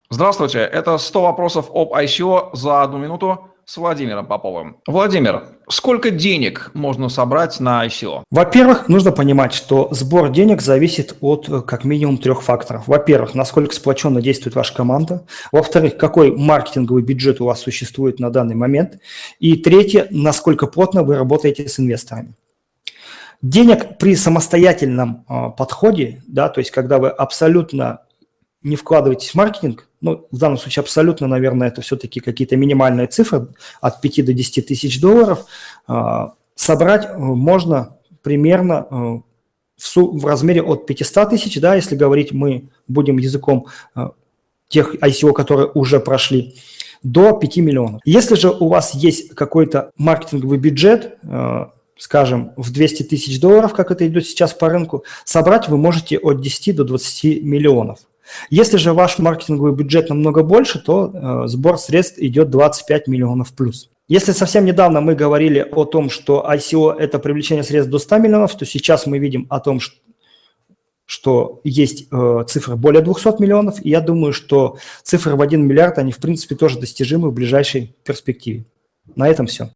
Здравствуйте, это 100 вопросов об ICO за 1 минуту с Владимиром Поповым. Владимир, сколько денег можно собрать на ICO? Во-первых, нужно понимать, что сбор денег зависит от как минимум 3 факторов. Во-первых, насколько сплоченно действует ваша команда. Во-вторых, какой маркетинговый бюджет у вас существует на данный момент. И третье, насколько плотно вы работаете с инвесторами. Денег при самостоятельном подходе, да, то есть когда вы абсолютно не вкладываетесь в маркетинг, ну, в данном случае абсолютно, наверное, это все-таки какие-то минимальные цифры от 5 до 10 тысяч долларов, собрать можно примерно в размере от 500 тысяч, да, если говорить мы будем языком тех ICO, которые уже прошли, до 5 миллионов. Если же у вас есть какой-то маркетинговый бюджет, скажем, в 200 тысяч долларов, как это идет сейчас по рынку, собрать вы можете от 10 до 20 миллионов. Если же ваш маркетинговый бюджет намного больше, то сбор средств идет 25 миллионов плюс. Если совсем недавно мы говорили о том, что ICO – это привлечение средств до 100 миллионов, то сейчас мы видим о том, что есть цифры более 200 миллионов, и я думаю, что цифры в 1 миллиард, они в принципе тоже достижимы в ближайшей перспективе. На этом все.